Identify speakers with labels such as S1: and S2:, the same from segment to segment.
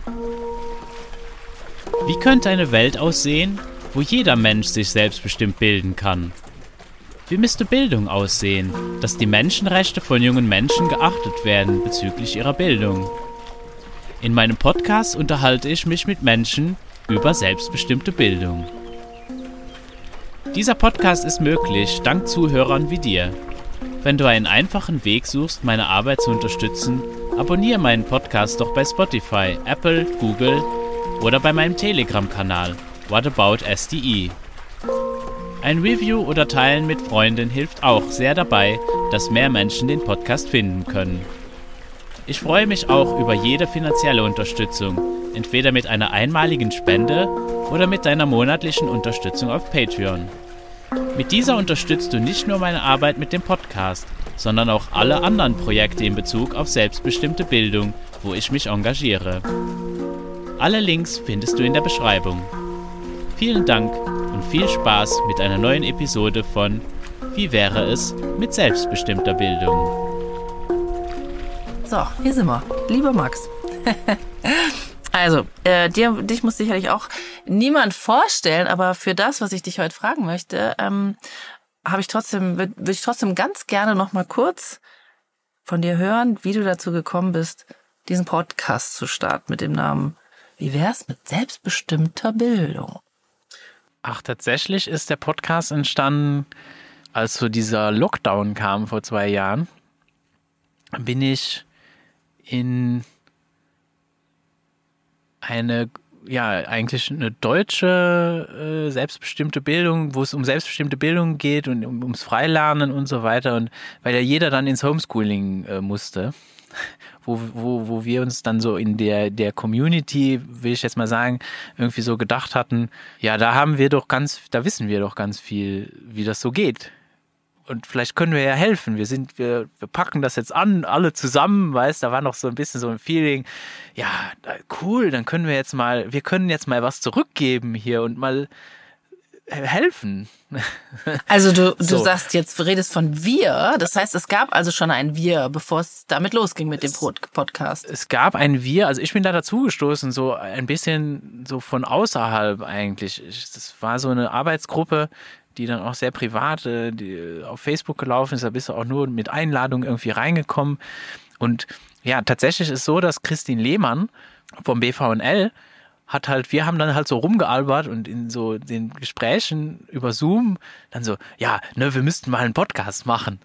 S1: Wie könnte eine Welt aussehen, wo jeder Mensch sich selbstbestimmt bilden kann? Wie müsste Bildung aussehen, dass die Menschenrechte von jungen Menschen geachtet werden bezüglich ihrer Bildung? In meinem Podcast unterhalte ich mich mit Menschen über selbstbestimmte Bildung. Dieser Podcast ist möglich dank Zuhörern wie dir. Wenn du einen einfachen Weg suchst, meine Arbeit zu unterstützen, abonniere meinen Podcast doch bei Spotify, Apple, Google oder bei meinem Telegram-Kanal What About SDE. Ein Review oder Teilen mit Freunden hilft auch sehr dabei, dass mehr Menschen den Podcast finden können. Ich freue mich auch über jede finanzielle Unterstützung, entweder mit einer einmaligen Spende oder mit deiner monatlichen Unterstützung auf Patreon. Mit dieser unterstützt du nicht nur meine Arbeit mit dem Podcast, sondern auch alle anderen Projekte in Bezug auf selbstbestimmte Bildung, wo ich mich engagiere. Alle Links findest du in der Beschreibung. Vielen Dank und viel Spaß mit einer neuen Episode von Wie wäre es mit selbstbestimmter Bildung?
S2: So, hier sind wir. Lieber Max. Also, dich muss sicherlich auch niemand vorstellen, aber für das, was ich dich heute fragen möchte, würde ich trotzdem ganz gerne noch mal kurz von dir hören, wie du dazu gekommen bist, diesen Podcast zu starten mit dem Namen Wie wär's mit selbstbestimmter Bildung?
S3: Ach, tatsächlich ist der Podcast entstanden, als so dieser Lockdown kam vor 2 Jahren. Bin ich in eigentlich eine deutsche selbstbestimmte Bildung, wo es um selbstbestimmte Bildung geht und ums Freilernen und so weiter. Und weil ja jeder dann ins Homeschooling musste, wo wir uns dann so in der Community, will ich jetzt mal sagen, irgendwie so gedacht hatten, ja, da wissen wir doch ganz viel, wie das so geht. Und vielleicht können wir ja helfen. Wir packen das jetzt an, alle zusammen, weißt, da war noch so ein bisschen so ein Feeling, ja, cool, dann können wir können jetzt mal was zurückgeben hier und mal helfen.
S2: Also du sagst jetzt, du redest von wir, das heißt, es gab also schon ein wir, bevor es damit losging mit dem Podcast.
S3: Es gab ein wir, also ich bin da dazugestoßen, so ein bisschen so von außerhalb eigentlich. Das war so eine Arbeitsgruppe, die dann auch sehr privat die auf Facebook gelaufen ist, da bist du auch nur mit Einladung irgendwie reingekommen. Und ja, tatsächlich ist so, dass Christine Lehmann vom BVNL wir haben dann halt so rumgealbert und in so den Gesprächen über Zoom dann so, ja, wir müssten mal einen Podcast machen.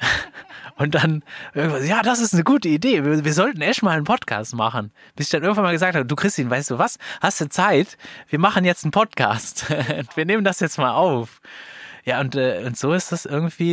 S3: Und dann irgendwas, ja, das ist eine gute Idee, wir sollten echt mal einen Podcast machen. Bis ich dann irgendwann mal gesagt habe, du Christine, weißt du was, hast du Zeit? Wir machen jetzt einen Podcast. Wir nehmen das jetzt mal auf. Ja, und so ist das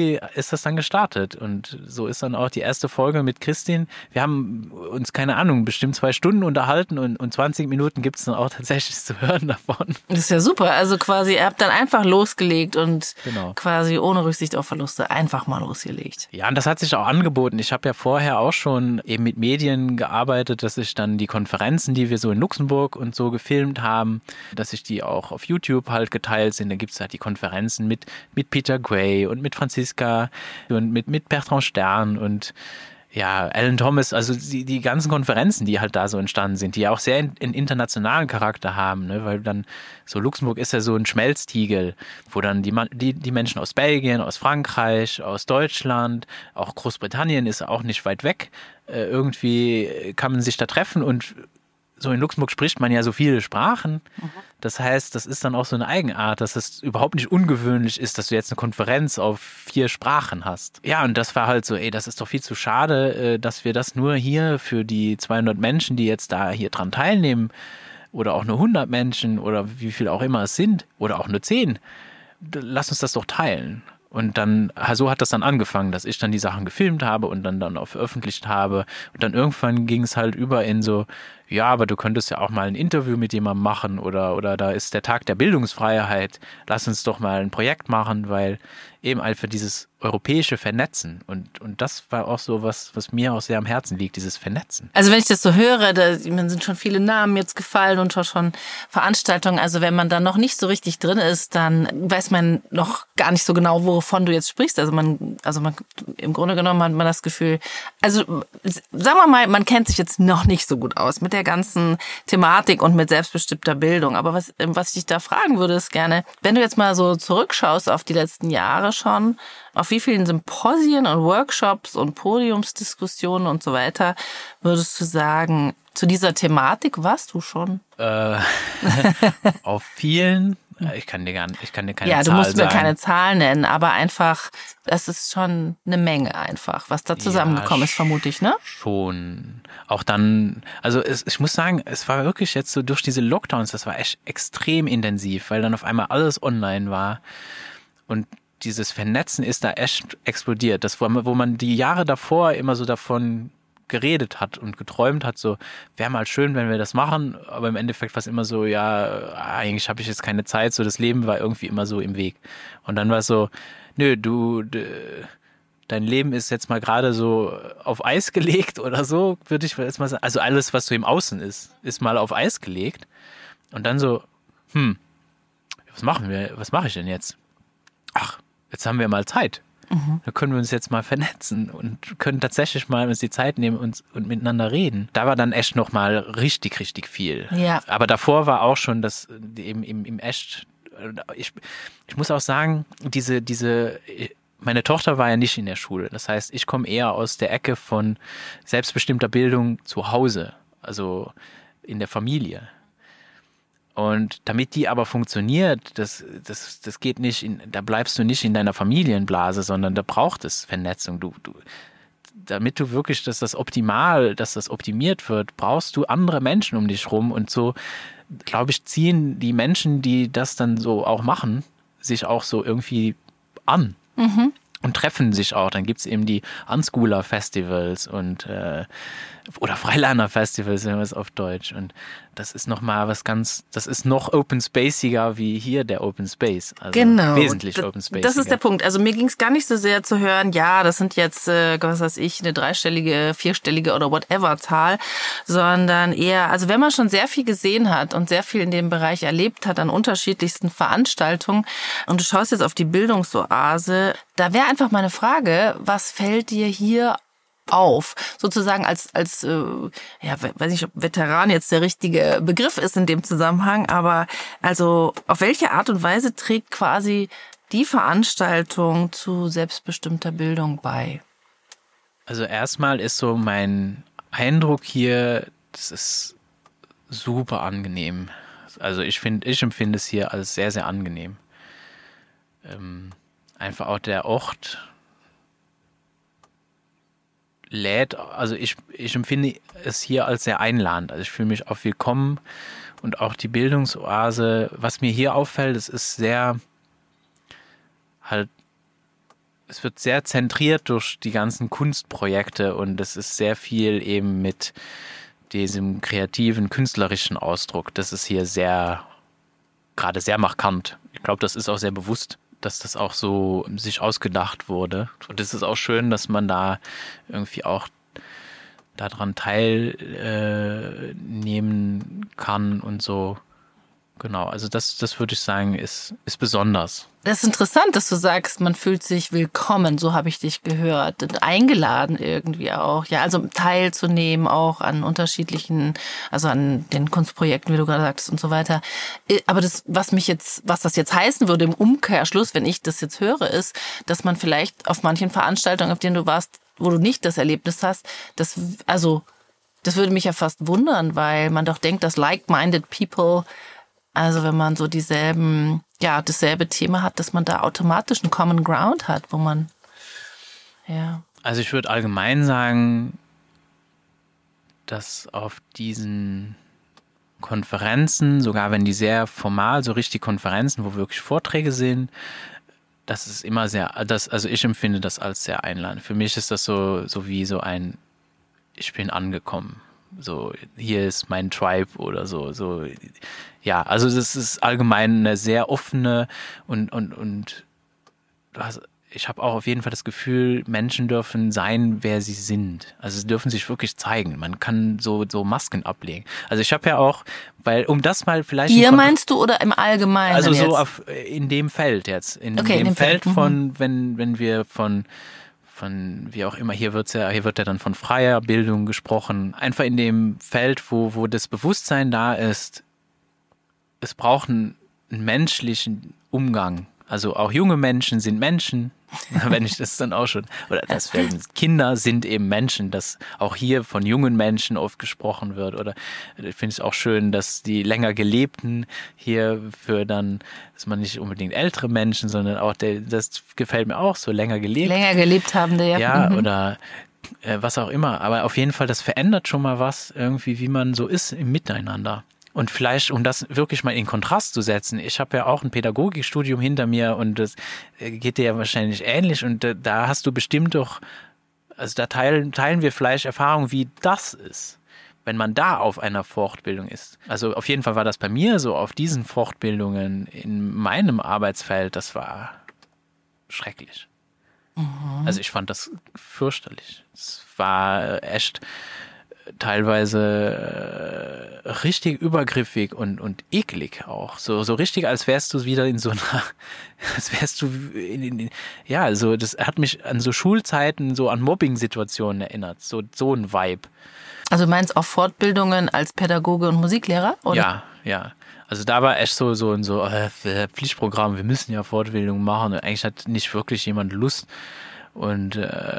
S3: dann gestartet. Und so ist dann auch die erste Folge mit Christine. Wir haben uns, keine Ahnung, bestimmt 2 Stunden unterhalten und 20 Minuten gibt es dann auch tatsächlich zu hören davon.
S2: Das ist ja super. Also quasi, ihr habt dann einfach losgelegt und
S3: genau.
S2: Quasi ohne Rücksicht auf Verluste einfach mal losgelegt.
S3: Ja, und das hat sich auch angeboten. Ich habe ja vorher auch schon eben mit Medien gearbeitet, dass ich dann die Konferenzen, die wir so in Luxemburg und so gefilmt haben, dass ich die auch auf YouTube halt geteilt sind. Da gibt es halt die Konferenzen mit Peter Gray und mit Franziska und mit Bertrand Stern und ja, Alan Thomas, also die ganzen Konferenzen, die halt da so entstanden sind, die ja auch sehr einen internationalen Charakter haben, ne? Weil dann so Luxemburg ist ja so ein Schmelztiegel, wo dann die Menschen aus Belgien, aus Frankreich, aus Deutschland, auch Großbritannien ist auch nicht weit weg, irgendwie kann man sich da treffen und so in Luxemburg spricht man ja so viele Sprachen. Das heißt, das ist dann auch so eine Eigenart, dass es überhaupt nicht ungewöhnlich ist, dass du jetzt eine Konferenz auf 4 Sprachen hast. Ja, und das war halt so, das ist doch viel zu schade, dass wir das nur hier für die 200 Menschen, die jetzt da hier dran teilnehmen, oder auch nur 100 Menschen oder wie viel auch immer es sind, oder auch nur 10, lass uns das doch teilen. Und dann, so hat das dann angefangen, dass ich dann die Sachen gefilmt habe und dann auch veröffentlicht habe. Und dann irgendwann ging es halt über in so, ja, aber du könntest ja auch mal ein Interview mit jemandem machen oder da ist der Tag der Bildungsfreiheit. Lass uns doch mal ein Projekt machen, weil eben einfach dieses europäische Vernetzen und das war auch so was mir auch sehr am Herzen liegt, dieses Vernetzen.
S2: Also wenn ich das so höre, mir sind schon viele Namen jetzt gefallen und schon Veranstaltungen, also wenn man da noch nicht so richtig drin ist, dann weiß man noch gar nicht so genau, wovon du jetzt sprichst. Also man im Grunde genommen hat man das Gefühl, also sagen wir mal, man kennt sich jetzt noch nicht so gut aus mit der ganzen Thematik und mit selbstbestimmter Bildung. Aber was ich dich da fragen würde, ist gerne, wenn du jetzt mal so zurückschaust auf die letzten Jahre schon, auf wie vielen Symposien und Workshops und Podiumsdiskussionen und so weiter würdest du sagen, zu dieser Thematik warst du schon?
S3: Auf vielen. Ich kann dir keine Zahl sagen.
S2: Ja, du musst mir keine Zahl nennen, aber einfach, das ist schon eine Menge einfach, was da zusammengekommen ist, vermute ich, ne?
S3: Schon. Auch dann, also ich muss sagen, es war wirklich jetzt so durch diese Lockdowns, das war echt extrem intensiv, weil dann auf einmal alles online war und dieses Vernetzen ist da echt explodiert. Das, wo man die Jahre davor immer so davon geredet hat und geträumt hat, so, wäre mal schön, wenn wir das machen, aber im Endeffekt war es immer so, ja, eigentlich habe ich jetzt keine Zeit, so das Leben war irgendwie immer so im Weg. Und dann war es so, nö, dein Leben ist jetzt mal gerade so auf Eis gelegt oder so, würde ich jetzt mal sagen. Also alles, was so im Außen ist mal auf Eis gelegt. Und dann so, was mache ich denn jetzt? Ach, jetzt haben wir mal Zeit. Da können wir uns jetzt mal vernetzen und können tatsächlich mal uns die Zeit nehmen und miteinander reden. Da war dann echt noch mal richtig, richtig viel.
S2: Ja.
S3: Aber davor war auch schon das im echt, ich muss auch sagen, meine Tochter war ja nicht in der Schule. Das heißt, ich komme eher aus der Ecke von selbstbestimmter Bildung zu Hause, also in der Familie. Und damit die aber funktioniert, das geht nicht, da bleibst du nicht in deiner Familienblase, sondern da braucht es Vernetzung. Damit du wirklich, dass das optimiert wird, brauchst du andere Menschen um dich rum. Und so, glaube ich, ziehen die Menschen, die das dann so auch machen, sich auch so irgendwie an. Und treffen sich auch. Dann gibt es eben die Unschooler-Festivals und oder Freilerner-Festivals, nennen wir es auf Deutsch. Und das ist nochmal das ist noch Open Spaciger wie hier der Open Space. Also
S2: genau.
S3: Wesentlich Open Spaciger.
S2: Das ist der Punkt. Also mir ging es gar nicht so sehr zu hören, ja, das sind jetzt, was weiß ich, eine 3-stellige, 4-stellige oder whatever Zahl, sondern eher, also wenn man schon sehr viel gesehen hat und sehr viel in dem Bereich erlebt hat an unterschiedlichsten Veranstaltungen und du schaust jetzt auf die Bildungsoase, da wäre einfach meine Frage, was fällt dir hier auf, sozusagen als ja, weiß nicht, ob Veteran jetzt der richtige Begriff ist in dem Zusammenhang, aber also auf welche Art und Weise trägt quasi die Veranstaltung zu selbstbestimmter Bildung bei?
S3: Also erstmal ist so mein Eindruck hier, das ist super angenehm. Also ich empfinde es hier als sehr, sehr angenehm. Einfach auch der Ort lädt, also ich empfinde es hier als sehr einladend. Also ich fühle mich auch willkommen und auch die Bildungsoase, was mir hier auffällt, es ist sehr es wird sehr zentriert durch die ganzen Kunstprojekte und es ist sehr viel eben mit diesem kreativen, künstlerischen Ausdruck. Das ist hier gerade sehr markant. Ich glaube, das ist auch sehr bewusst, dass das auch so sich ausgedacht wurde. Und es ist auch schön, dass man da irgendwie auch daran teilnehmen kann und so. Genau, also das würde ich sagen, ist besonders.
S2: Das ist interessant, dass du sagst, man fühlt sich willkommen, so habe ich dich gehört, und eingeladen irgendwie auch. Ja, also teilzunehmen auch an unterschiedlichen, also an den Kunstprojekten, wie du gerade sagtest und so weiter. Aber was das jetzt heißen würde im Umkehrschluss, wenn ich das jetzt höre, ist, dass man vielleicht auf manchen Veranstaltungen, auf denen du warst, wo du nicht das Erlebnis hast, das würde mich ja fast wundern, weil man doch denkt, dass like-minded people, also wenn man so dasselbe Thema hat, dass man da automatisch einen Common Ground hat, wo man, ja.
S3: Also ich würde allgemein sagen, dass auf diesen Konferenzen, sogar wenn die sehr formal, so richtig Konferenzen, wo wirklich Vorträge sind, das ist immer also ich empfinde das als sehr einladend. Für mich ist das so wie so ein, ich bin angekommen. So, hier ist mein Tribe oder so. Ja, also das ist allgemein eine sehr offene und ich habe auch auf jeden Fall das Gefühl, Menschen dürfen sein, wer sie sind. Also sie dürfen sich wirklich zeigen. Man kann so Masken ablegen. Also ich habe ja auch, weil um das mal vielleicht...
S2: Hier meinst du oder im Allgemeinen?
S3: Also
S2: jetzt?
S3: so in dem Feld jetzt. In dem Feld von, wenn wir von von wie auch immer, hier wird ja dann von freier Bildung gesprochen. Einfach in dem Feld, wo das Bewusstsein da ist, es braucht einen menschlichen Umgang. Also auch junge Menschen sind Menschen, wenn ich das dann auch schon, oder Kinder sind eben Menschen, dass auch hier von jungen Menschen oft gesprochen wird. Oder ich finde es auch schön, dass die länger Gelebten hier dass man nicht unbedingt ältere Menschen, sondern auch, das gefällt mir auch, so länger gelebt.
S2: Länger gelebt haben, ja.
S3: Ja, oder was auch immer. Aber auf jeden Fall, das verändert schon mal was irgendwie, wie man so ist im Miteinander. Und vielleicht, um das wirklich mal in Kontrast zu setzen, ich habe ja auch ein Pädagogikstudium hinter mir und das geht dir ja wahrscheinlich ähnlich und da hast du bestimmt doch, also da teilen wir vielleicht Erfahrungen, wie das ist, wenn man da auf einer Fortbildung ist. Also auf jeden Fall war das bei mir so, auf diesen Fortbildungen in meinem Arbeitsfeld, das war schrecklich. Mhm. Also ich fand das fürchterlich. Es war echt teilweise richtig übergriffig und eklig auch. So richtig, als wärst du wieder in so einer, als wärst du ja, so, das hat mich an so Schulzeiten, so an Mobbing-Situationen erinnert. So ein Vibe.
S2: Also meinst du auch Fortbildungen als Pädagoge und Musiklehrer? Oder?
S3: Ja. Also da war echt so Pflichtprogramm, wir müssen ja Fortbildungen machen und eigentlich hat nicht wirklich jemand Lust und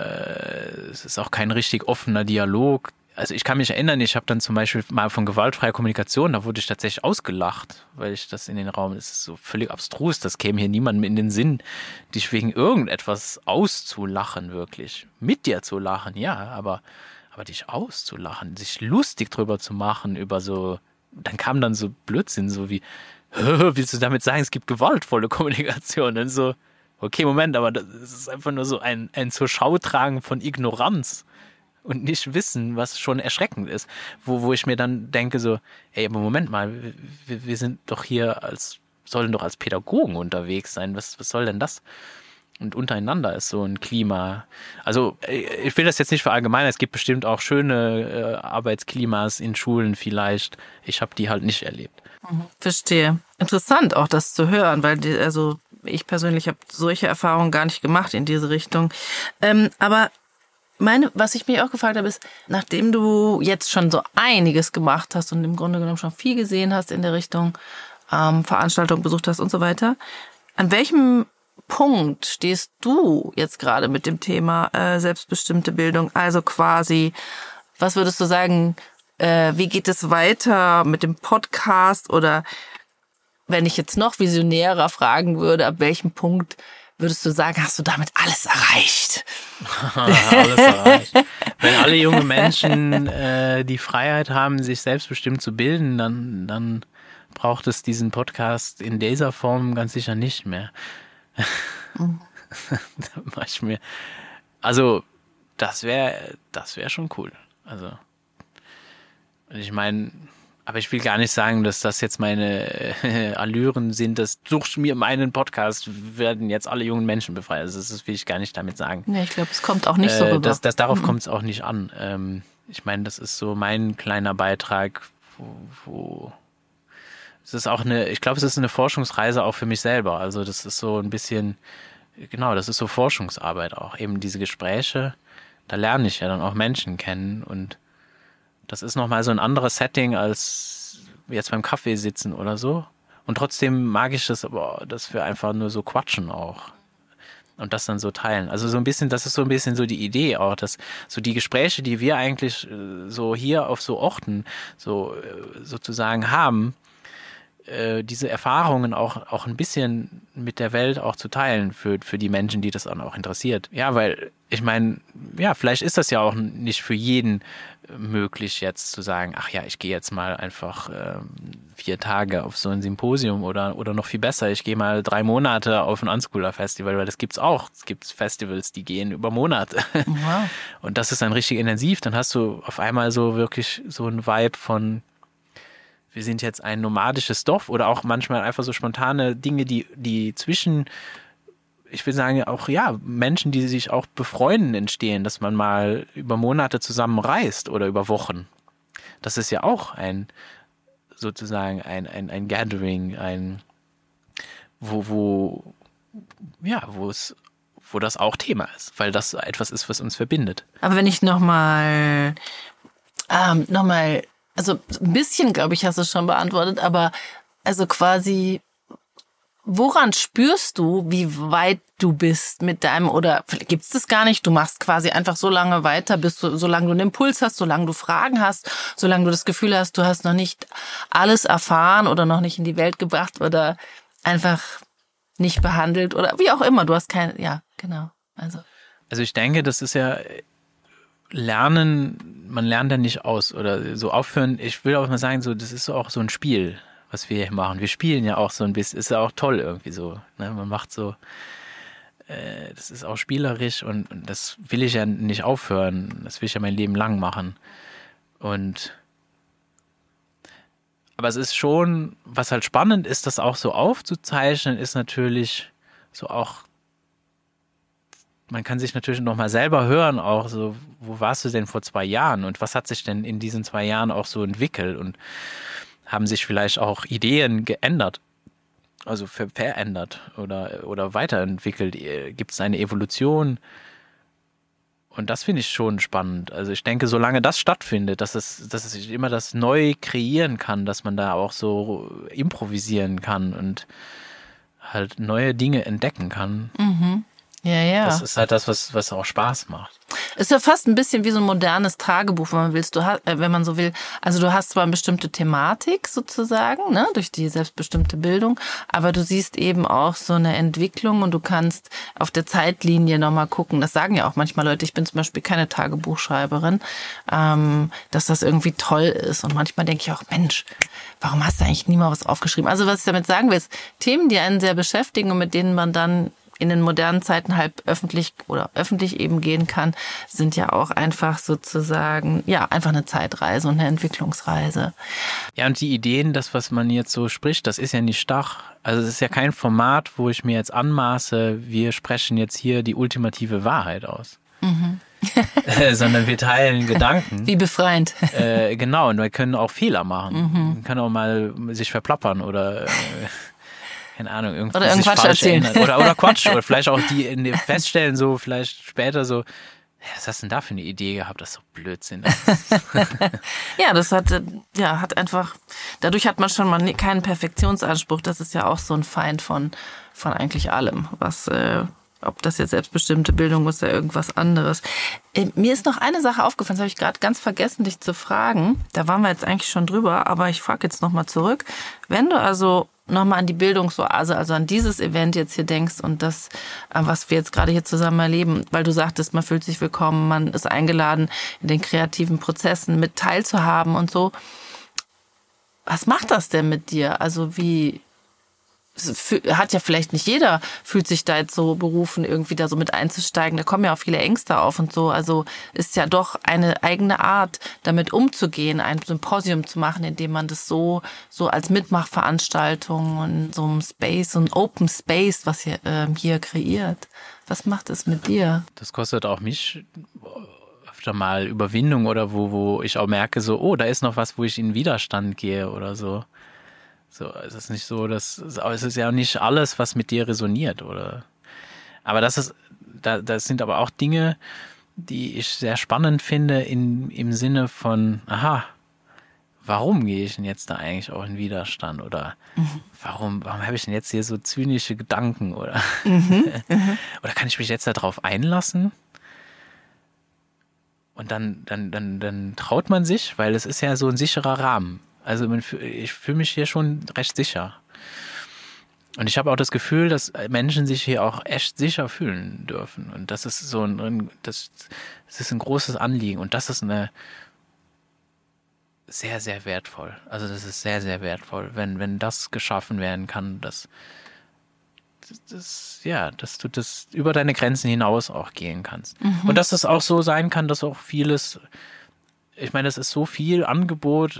S3: es ist auch kein richtig offener Dialog. Also ich kann mich erinnern, ich habe dann zum Beispiel mal von gewaltfreier Kommunikation, da wurde ich tatsächlich ausgelacht, weil ich das in den Raum, das ist so völlig abstrus, das käme hier niemandem in den Sinn, dich wegen irgendetwas auszulachen wirklich. Mit dir zu lachen, ja, aber dich auszulachen, sich lustig drüber zu machen, über so, dann kam dann so Blödsinn, so wie, willst du damit sagen, es gibt gewaltvolle Kommunikation? Und so, okay, Moment, aber das ist einfach nur so ein zur Schau tragen von Ignoranz. Und nicht wissen, was schon erschreckend ist. Wo ich mir dann denke so, ey, aber Moment mal, wir sind doch hier sollen doch als Pädagogen unterwegs sein. Was soll denn das? Und untereinander ist so ein Klima. Also ich will das jetzt nicht verallgemeinern. Es gibt bestimmt auch schöne Arbeitsklimas in Schulen vielleicht. Ich habe die halt nicht erlebt.
S2: Verstehe. Interessant auch das zu hören, weil ich persönlich habe solche Erfahrungen gar nicht gemacht in diese Richtung. Aber was ich mir auch gefragt habe, ist, nachdem du jetzt schon so einiges gemacht hast und im Grunde genommen schon viel gesehen hast in der Richtung, Veranstaltungen besucht hast und so weiter, an welchem Punkt stehst du jetzt gerade mit dem Thema selbstbestimmte Bildung? Also quasi, was würdest du sagen, wie geht es weiter mit dem Podcast? Oder wenn ich jetzt noch visionärer fragen würde, ab welchem Punkt würdest du sagen, hast du damit alles erreicht?
S3: Alles erreicht. Wenn alle junge Menschen die Freiheit haben, sich selbstbestimmt zu bilden, dann braucht es diesen Podcast in dieser Form ganz sicher nicht mehr. Da mach ich mir, also das wäre schon cool. Also ich meine, aber ich will gar nicht sagen, dass das jetzt meine Allüren sind, dass durch meinen Podcast werden jetzt alle jungen Menschen befreit. Also das will ich gar nicht damit sagen.
S2: Nee, ich glaube, es kommt auch nicht so rüber.
S3: Darauf kommt es auch nicht an. Ich meine, das ist so mein kleiner Beitrag, wo es ist auch ich glaube, es ist eine Forschungsreise auch für mich selber. Also das ist so ein bisschen, genau, das ist so Forschungsarbeit auch. Eben diese Gespräche, da lerne ich ja dann auch Menschen kennen und das ist nochmal so ein anderes Setting als jetzt beim Kaffee sitzen oder so. Und trotzdem mag ich das, aber dass wir einfach nur so quatschen auch. Und das dann so teilen. Also so ein bisschen, das ist so ein bisschen so die Idee auch, dass so die Gespräche, die wir eigentlich so hier auf so Orten so sozusagen haben, diese Erfahrungen auch ein bisschen mit der Welt auch zu teilen für die Menschen, die das dann auch interessiert. Ja, weil ich meine, ja, vielleicht ist das ja auch nicht für jeden möglich jetzt zu sagen, ach ja, ich gehe jetzt mal einfach 4 Tage auf so ein Symposium oder noch viel besser, ich gehe mal 3 Monate auf ein Unschooler-Festival, weil das gibt's auch. Es gibt Festivals, die gehen über Monate. Wow. Und das ist dann richtig intensiv. Dann hast du auf einmal so wirklich so ein Vibe von wir sind jetzt ein nomadisches Dorf oder auch manchmal einfach so spontane Dinge, die zwischen, ich will sagen, auch ja, Menschen, die sich auch befreunden, entstehen, dass man mal über Monate zusammen reist oder über Wochen. Das ist ja auch sozusagen ein Gathering, wo wo das auch Thema ist, weil das etwas ist, was uns verbindet.
S2: Aber wenn ich nochmal, also ein bisschen, glaube ich, hast du es schon beantwortet, aber also quasi, woran spürst du, wie weit du bist mit deinem, oder gibt es das gar nicht, du machst quasi einfach so lange weiter, solange du einen Impuls hast, solange du Fragen hast, solange du das Gefühl hast, du hast noch nicht alles erfahren oder noch nicht in die Welt gebracht oder einfach nicht behandelt oder wie auch immer, du hast keine, ja, genau. Also
S3: ich denke, das ist ja Lernen, man lernt ja nicht aus oder so aufhören. Ich will auch mal sagen, so, das ist auch so ein Spiel, was wir hier machen. Wir spielen ja auch so ein bisschen, ist ja auch toll irgendwie so. Ne? Man macht so, das ist auch spielerisch und das will ich ja nicht aufhören. Das will ich ja mein Leben lang machen. Aber es ist schon, was halt spannend ist, das auch so aufzuzeichnen, ist natürlich so auch, man kann sich natürlich noch mal selber hören, auch so, wo warst du denn vor 2 Jahren und was hat sich denn in diesen 2 Jahren auch so entwickelt und haben sich vielleicht auch Ideen geändert, also verändert oder weiterentwickelt? Gibt es eine Evolution? Und das finde ich schon spannend. Also ich denke, solange das stattfindet, dass es sich immer das neu kreieren kann, dass man da auch so improvisieren kann und halt neue Dinge entdecken kann.
S2: Mhm. Ja.
S3: Das ist halt das, was auch Spaß macht.
S2: Ist ja fast ein bisschen wie so ein modernes Tagebuch, wenn man so will. Also du hast zwar eine bestimmte Thematik sozusagen, ne, durch die selbstbestimmte Bildung, aber du siehst eben auch so eine Entwicklung und du kannst auf der Zeitlinie nochmal gucken. Das sagen ja auch manchmal Leute, ich bin zum Beispiel keine Tagebuchschreiberin, dass das irgendwie toll ist. Und manchmal denke ich auch, Mensch, warum hast du eigentlich nie mal was aufgeschrieben? Also was ich damit sagen will, ist, Themen, die einen sehr beschäftigen und mit denen man dann in den modernen Zeiten halb öffentlich eben gehen kann, sind ja auch einfach sozusagen, ja, einfach eine Zeitreise und eine Entwicklungsreise.
S3: Ja, und die Ideen, das, was man jetzt so spricht, das ist ja nicht starr. Also es ist ja kein Format, wo ich mir jetzt anmaße, wir sprechen jetzt hier die ultimative Wahrheit aus. Mhm. Sondern wir teilen Gedanken.
S2: Wie befreiend.
S3: Genau, und wir können auch Fehler machen. Man kann auch mal sich verplappern oder keine Ahnung, irgendwie
S2: oder irgendwas falsch erzählen.
S3: Oder Quatsch. Oder vielleicht auch die feststellen, so vielleicht später so, was hast du denn da für eine Idee gehabt? Das ist doch Blödsinn.
S2: Ja, das hat einfach, dadurch hat man schon mal keinen Perfektionsanspruch. Das ist ja auch so ein Feind von eigentlich allem, was, ob das jetzt selbstbestimmte Bildung ist oder irgendwas anderes. Mir ist noch eine Sache aufgefallen, das habe ich gerade ganz vergessen, dich zu fragen. Da waren wir jetzt eigentlich schon drüber, aber ich frage jetzt nochmal zurück. Wenn du also nochmal an die Bildungsoase, also an dieses Event jetzt hier denkst und das, was wir jetzt gerade hier zusammen erleben, weil du sagtest, man fühlt sich willkommen, man ist eingeladen, in den kreativen Prozessen mit teilzuhaben und so. Was macht das denn mit dir? Also hat ja vielleicht nicht jeder, fühlt sich da jetzt so berufen, irgendwie da so mit einzusteigen. Da kommen ja auch viele Ängste auf und so. Also ist ja doch eine eigene Art, damit umzugehen, ein Symposium zu machen, indem man das so als Mitmachveranstaltung und so ein Space, so ein Open Space, was hier kreiert. Was macht es mit dir?
S3: Das kostet auch mich öfter mal Überwindung oder wo ich auch merke, so, oh, da ist noch was, wo ich in Widerstand gehe oder so. So, es ist nicht so, es ist ja nicht alles, was mit dir resoniert, oder? Aber das sind aber auch Dinge, die ich sehr spannend finde im Sinne von, aha, warum gehe ich denn jetzt da eigentlich auch in Widerstand? Oder warum habe ich denn jetzt hier so zynische Gedanken? Oder, oder kann ich mich jetzt darauf einlassen? Und dann traut man sich, weil es ist ja so ein sicherer Rahmen. Also ich fühle mich hier schon recht sicher. Und ich habe auch das Gefühl, dass Menschen sich hier auch echt sicher fühlen dürfen. Und das ist das ist ein großes Anliegen. Und das ist eine sehr, sehr wertvoll. Also das ist sehr, sehr wertvoll, wenn das geschaffen werden kann, dass du das über deine Grenzen hinaus auch gehen kannst. Und dass es auch so sein kann, dass auch vieles, ich meine, es ist so viel Angebot.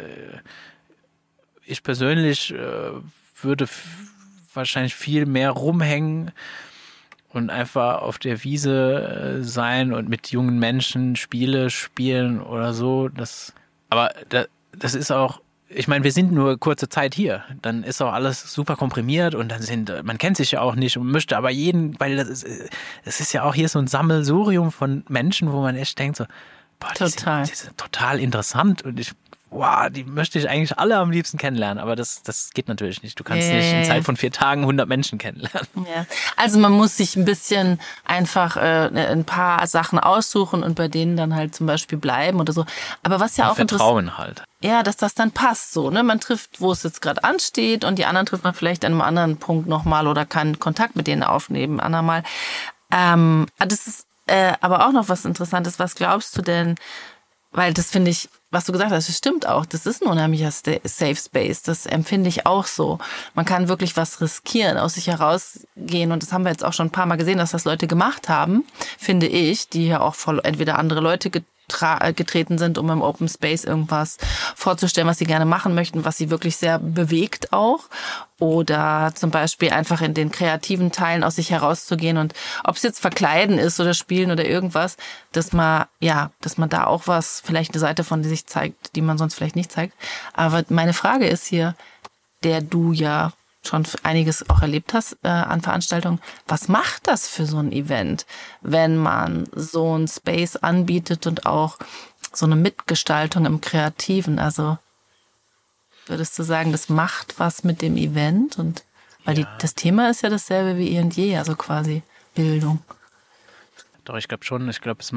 S3: Ich persönlich würde wahrscheinlich viel mehr rumhängen und einfach auf der Wiese sein und mit jungen Menschen Spiele spielen oder so. Aber das ist auch ich meine, wir sind nur kurze Zeit hier. Dann ist auch alles super komprimiert und man kennt sich ja auch nicht und möchte aber weil das ist ja auch hier so ein Sammelsurium von Menschen, wo man echt denkt so, boah, die sind total interessant und die möchte ich eigentlich alle am liebsten kennenlernen, aber das geht natürlich nicht. Du kannst nicht in Zeit von 4 Tagen 100 Menschen kennenlernen.
S2: Ja. Also man muss sich ein bisschen einfach ein paar Sachen aussuchen und bei denen dann halt zum Beispiel bleiben oder so. Aber was ja auch
S3: Vertrauen halt.
S2: Ja, dass das dann passt so, ne? Man trifft, wo es jetzt gerade ansteht und die anderen trifft man vielleicht an einem anderen Punkt nochmal oder kann Kontakt mit denen aufnehmen, andermal. Das ist aber auch noch was Interessantes. Was glaubst du denn? Weil das finde ich, was du gesagt hast, das stimmt auch. Das ist ein unheimlicher Safe Space. Das empfinde ich auch so. Man kann wirklich was riskieren, aus sich herausgehen. Und das haben wir jetzt auch schon ein paar Mal gesehen, dass das Leute gemacht haben, finde ich, die ja auch voll entweder andere Leute getreten sind, um im Open Space irgendwas vorzustellen, was sie gerne machen möchten, was sie wirklich sehr bewegt auch. Oder zum Beispiel einfach in den kreativen Teilen aus sich herauszugehen und ob es jetzt verkleiden ist oder spielen oder irgendwas, dass man da auch was, vielleicht eine Seite von sich zeigt, die man sonst vielleicht nicht zeigt. Aber meine Frage ist hier, der du ja schon einiges auch erlebt hast an Veranstaltungen. Was macht das für so ein Event, wenn man so ein Space anbietet und auch so eine Mitgestaltung im Kreativen? Also würdest du sagen, das macht was mit dem Event? Und weil das Thema ist ja dasselbe wie eh und je, also quasi Bildung.
S3: Doch, ich glaube schon. Ich glaube,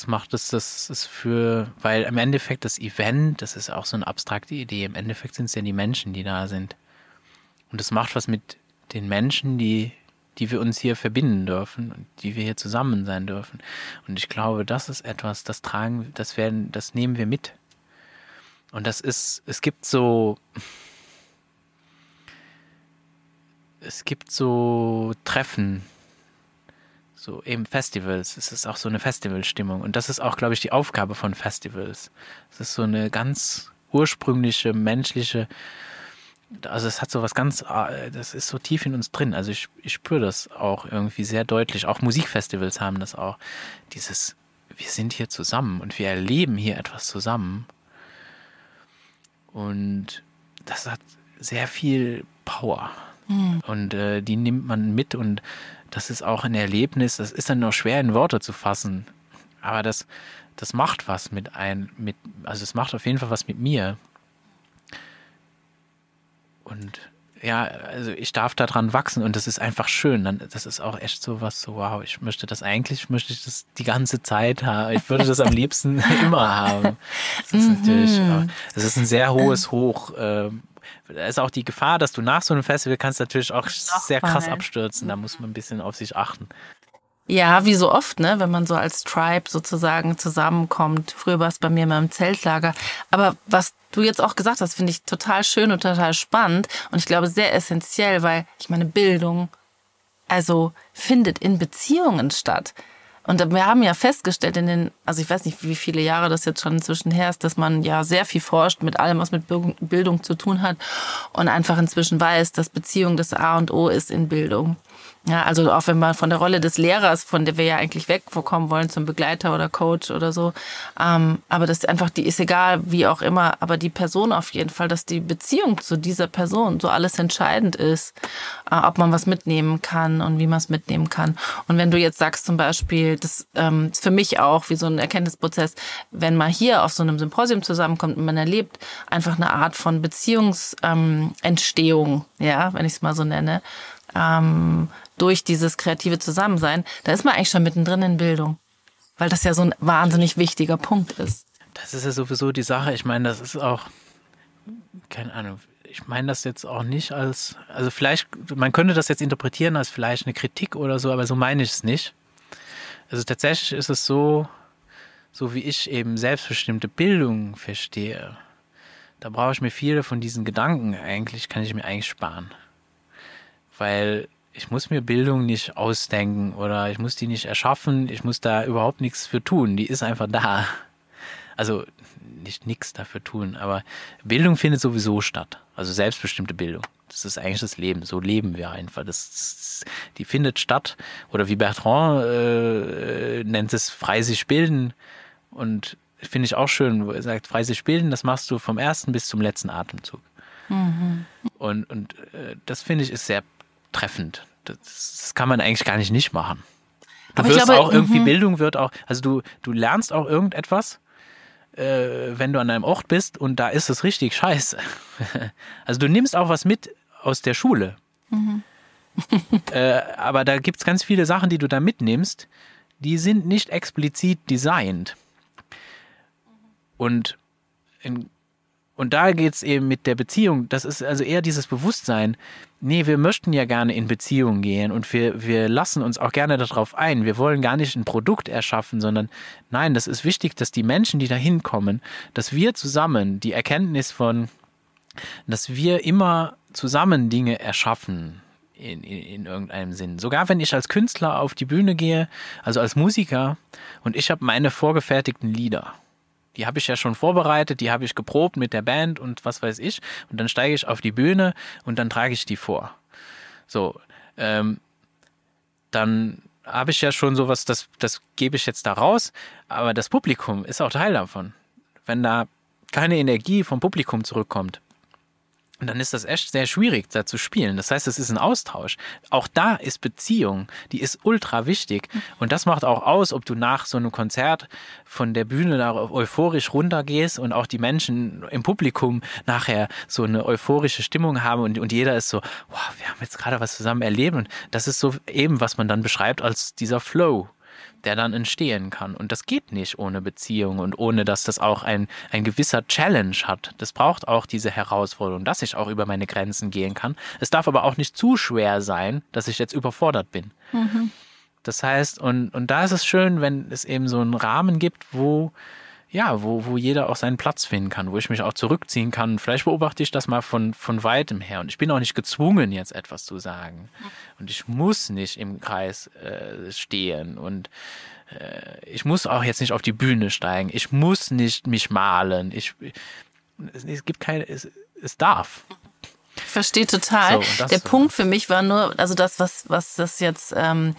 S3: weil im Endeffekt das Event, das ist auch so eine abstrakte Idee. Im Endeffekt sind es ja die Menschen, die da sind. Und das macht was mit den Menschen, die wir uns hier verbinden dürfen und die wir hier zusammen sein dürfen. Und ich glaube, das ist etwas, das nehmen wir mit. Und es gibt so Treffen, so eben Festivals. Es ist auch so eine Festivalstimmung. Und das ist auch, glaube ich, die Aufgabe von Festivals. Es ist so eine ganz ursprüngliche, menschliche, also es hat so was ganz, das ist so tief in uns drin. Also ich spüre das auch irgendwie sehr deutlich. Auch Musikfestivals haben das auch. Wir sind hier zusammen und wir erleben hier etwas zusammen. Und das hat sehr viel Power. Und die nimmt man mit und das ist auch ein Erlebnis, das ist dann noch schwer in Worte zu fassen. Aber das macht was also es macht auf jeden Fall was mit mir. Und ja, also ich darf daran wachsen und das ist einfach schön. Das ist auch echt so was, so wow, ich möchte das die ganze Zeit haben. Ich würde das am liebsten immer haben. Das ist natürlich, das ist ein sehr hohes Hoch. Da ist auch die Gefahr, dass du nach so einem Festival kannst natürlich auch sehr krass abstürzen. Da muss man ein bisschen auf sich achten.
S2: Ja, wie so oft, ne, wenn man so als Tribe sozusagen zusammenkommt. Früher war es bei mir immer im Zeltlager. Aber was du jetzt auch gesagt hast, finde ich total schön und total spannend. Und ich glaube sehr essentiell, weil ich meine, Bildung, also findet in Beziehungen statt. Und wir haben ja festgestellt also ich weiß nicht, wie viele Jahre das jetzt schon inzwischen her ist, dass man ja sehr viel forscht mit allem, was mit Bildung zu tun hat und einfach inzwischen weiß, dass Beziehung das A und O ist in Bildung. Ja, also auch wenn man von der Rolle des Lehrers, von der wir ja eigentlich wegkommen wollen, zum Begleiter oder Coach oder so, aber das einfach, die ist egal, wie auch immer, aber die Person auf jeden Fall, dass die Beziehung zu dieser Person so alles entscheidend ist, ob man was mitnehmen kann und wie man es mitnehmen kann. Und wenn du jetzt sagst zum Beispiel, das ist für mich auch wie so ein Erkenntnisprozess, wenn man hier auf so einem Symposium zusammenkommt und man erlebt einfach eine Art von Beziehungsentstehung, ja, wenn ich es mal so nenne, durch dieses kreative Zusammensein, da ist man eigentlich schon mittendrin in Bildung. Weil das ja so ein wahnsinnig wichtiger Punkt ist.
S3: Das ist ja sowieso die Sache. Ich meine, das ist auch, keine Ahnung, ich meine das jetzt auch nicht also vielleicht, man könnte das jetzt interpretieren als vielleicht eine Kritik oder so, aber so meine ich es nicht. Also tatsächlich ist es so wie ich eben selbstbestimmte Bildung verstehe, da brauche ich mir viele von diesen Gedanken kann ich mir eigentlich sparen. Weil ich muss mir Bildung nicht ausdenken oder ich muss die nicht erschaffen, ich muss da überhaupt nichts für tun, die ist einfach da. Also nicht nichts dafür tun, aber Bildung findet sowieso statt, also selbstbestimmte Bildung. Das ist eigentlich das Leben, so leben wir einfach. Die findet statt oder wie Bertrand nennt es, frei sich bilden und finde ich auch schön, wo er sagt, frei sich bilden, das machst du vom ersten bis zum letzten Atemzug. Mhm. Und das finde ich ist sehr treffend. Das kann man eigentlich gar nicht machen. Du wirst auch irgendwie, Bildung wird auch, also du lernst auch irgendetwas, wenn du an einem Ort bist und da ist es richtig scheiße. Also du nimmst auch was mit aus der Schule. Mhm. Aber da gibt es ganz viele Sachen, die du da mitnimmst, die sind nicht explizit designt. Und da geht es eben mit der Beziehung, das ist also eher dieses Bewusstsein, nee, wir möchten ja gerne in Beziehung gehen und wir lassen uns auch gerne darauf ein. Wir wollen gar nicht ein Produkt erschaffen, sondern nein, das ist wichtig, dass die Menschen, die da hinkommen, dass wir zusammen die Erkenntnis von, dass wir immer zusammen Dinge erschaffen in irgendeinem Sinn. Sogar wenn ich als Künstler auf die Bühne gehe, also als Musiker, und ich habe meine vorgefertigten Lieder. Die habe ich ja schon vorbereitet, die habe ich geprobt mit der Band und was weiß ich. Und dann steige ich auf die Bühne und dann trage ich die vor. So, dann habe ich ja schon sowas, das gebe ich jetzt da raus. Aber das Publikum ist auch Teil davon. Wenn da keine Energie vom Publikum zurückkommt, dann ist das echt sehr schwierig, da zu spielen. Das heißt, es ist ein Austausch. Auch da ist Beziehung, die ist ultra wichtig. Und das macht auch aus, ob du nach so einem Konzert von der Bühne da euphorisch runtergehst und auch die Menschen im Publikum nachher so eine euphorische Stimmung haben und jeder ist so, wow, wir haben jetzt gerade was zusammen erlebt. Und das ist so eben, was man dann beschreibt als dieser Flow, der dann entstehen kann. Und das geht nicht ohne Beziehung und ohne, dass das auch ein gewisser Challenge hat. Das braucht auch diese Herausforderung, dass ich auch über meine Grenzen gehen kann. Es darf aber auch nicht zu schwer sein, dass ich jetzt überfordert bin. Mhm. Das heißt, und da ist es schön, wenn es eben so einen Rahmen gibt, wo jeder auch seinen Platz finden kann, wo ich mich auch zurückziehen kann. Vielleicht beobachte ich das mal von weitem her. Und ich bin auch nicht gezwungen, jetzt etwas zu sagen. Und ich muss nicht im Kreis stehen. Und ich muss auch jetzt nicht auf die Bühne steigen. Ich muss nicht mich malen. Es gibt keine, es darf.
S2: Ich verstehe total. So, der Punkt für mich war nur, also das, was das jetzt,